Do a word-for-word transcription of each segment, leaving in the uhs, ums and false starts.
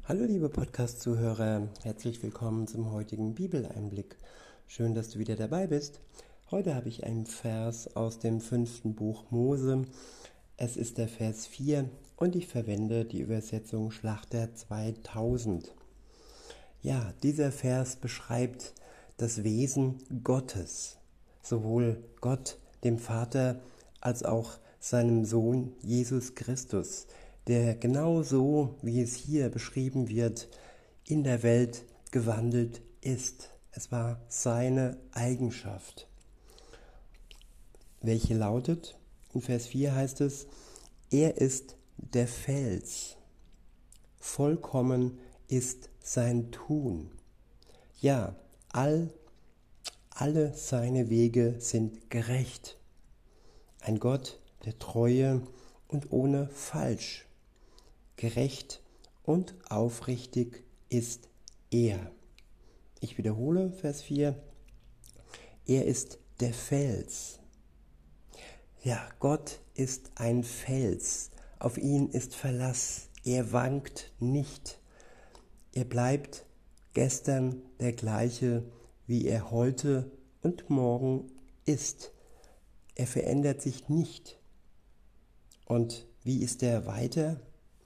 Hallo liebe Podcast-Zuhörer, herzlich willkommen zum heutigen Bibeleinblick. Schön, dass du wieder dabei bist. Heute habe ich einen Vers aus dem fünften Buch Mose. Es ist der Vers vier und ich verwende die Übersetzung Schlachter zweitausend. Ja, dieser Vers beschreibt das Wesen Gottes, sowohl Gott, dem Vater, als auch seinem Sohn Jesus Christus, der genauso, wie es hier beschrieben wird, in der Welt gewandelt ist. Es war seine Eigenschaft, welche lautet, in Vers vier heißt es, er ist der Fels, vollkommen ist sein Tun. Ja, all, alle seine Wege sind gerecht. Ein Gott der Treue und ohne Falsch. Gerecht und aufrichtig ist er. Ich wiederhole Vers vier. Er ist der Fels. Ja, Gott ist ein Fels. Auf ihn ist Verlass. Er wankt nicht. Er bleibt gestern der gleiche, wie er heute und morgen ist. Er verändert sich nicht. Und wie ist er weiter?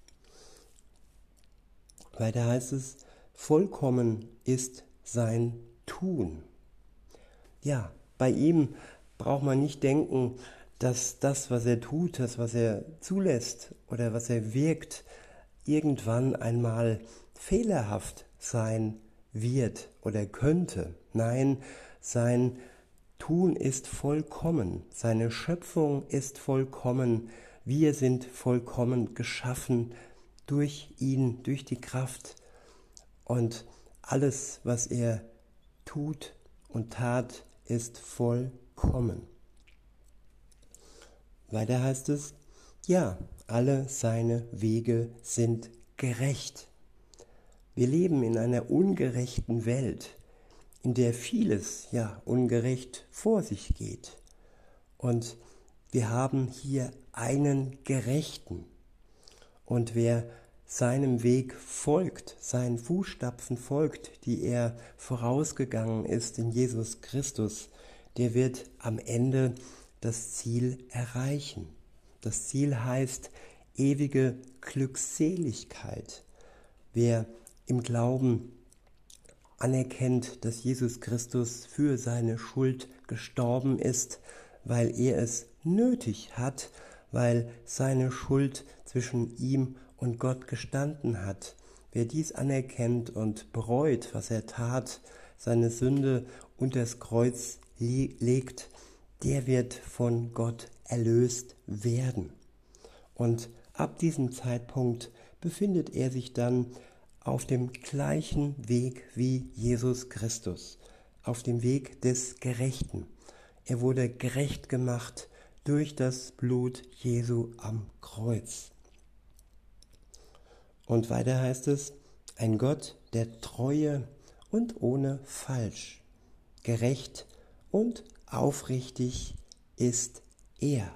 Weiter heißt es, vollkommen ist sein Tun. Ja, bei ihm braucht man nicht denken, dass das, was er tut, das, was er zulässt oder was er wirkt, irgendwann einmal fehlerhaft sein wird oder könnte. Nein, sein Tun ist vollkommen, seine Schöpfung ist vollkommen, wir sind vollkommen geschaffen durch ihn, durch die Kraft und alles, was er tut und tat, ist vollkommen. Weiter heißt es, ja, alle seine Wege sind gerecht. Wir leben in einer ungerechten Welt, in der vieles, ja, ungerecht vor sich geht. Und wir haben hier einen Gerechten. Und wer seinem Weg folgt, seinen Fußstapfen folgt, die er vorausgegangen ist in Jesus Christus, der wird am Ende das Ziel erreichen. Das Ziel heißt ewige Glückseligkeit. Wer im Glauben anerkennt, dass Jesus Christus für seine Schuld gestorben ist, weil er es nötig hat, weil seine Schuld zwischen ihm und Gott gestanden hat. Wer dies anerkennt und bereut, was er tat, seine Sünde unter das Kreuz legt, der wird von Gott erlöst werden. Und ab diesem Zeitpunkt befindet er sich dann auf dem gleichen Weg wie Jesus Christus, auf dem Weg des Gerechten. Er wurde gerecht gemacht durch das Blut Jesu am Kreuz. Und weiter heißt es, ein Gott der Treue und ohne Falsch, gerecht und aufrichtig ist er.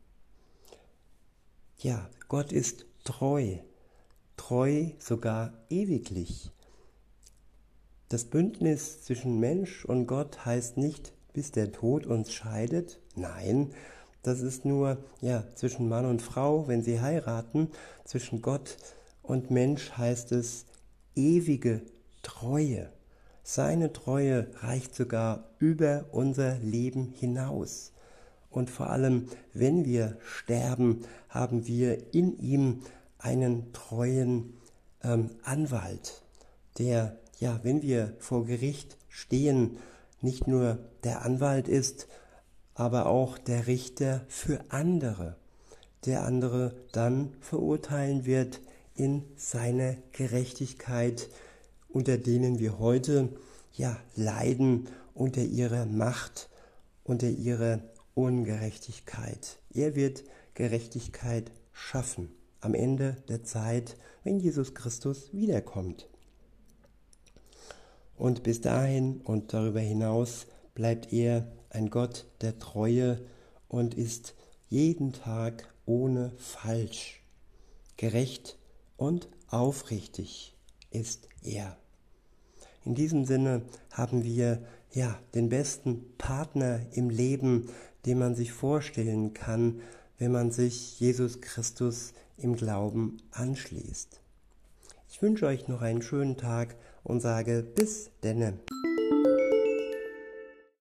Ja, Gott ist treu, treu sogar ewiglich. Das Bündnis zwischen Mensch und Gott heißt nicht, bis der Tod uns scheidet. Nein, das ist nur ja, zwischen Mann und Frau, wenn sie heiraten. Zwischen Gott und Mensch heißt es ewige Treue. Seine Treue reicht sogar über unser Leben hinaus. Und vor allem, wenn wir sterben, haben wir in ihm einen treuen ähm, Anwalt, der, ja, wenn wir vor Gericht stehen, nicht nur der Anwalt ist, aber auch der Richter für andere, der andere dann verurteilen wird in seiner Gerechtigkeit, unter denen wir heute ja leiden, unter ihrer Macht, unter ihrer Ungerechtigkeit. Er wird Gerechtigkeit schaffen am Ende der Zeit, wenn Jesus Christus wiederkommt. Und bis dahin und darüber hinaus bleibt er ein Gott der Treue und ist jeden Tag ohne Falsch, gerecht und aufrichtig ist er. In diesem Sinne haben wir ja den besten Partner im Leben, den man sich vorstellen kann, wenn man sich Jesus Christus im Glauben anschließt. Ich wünsche euch noch einen schönen Tag und sage bis denne.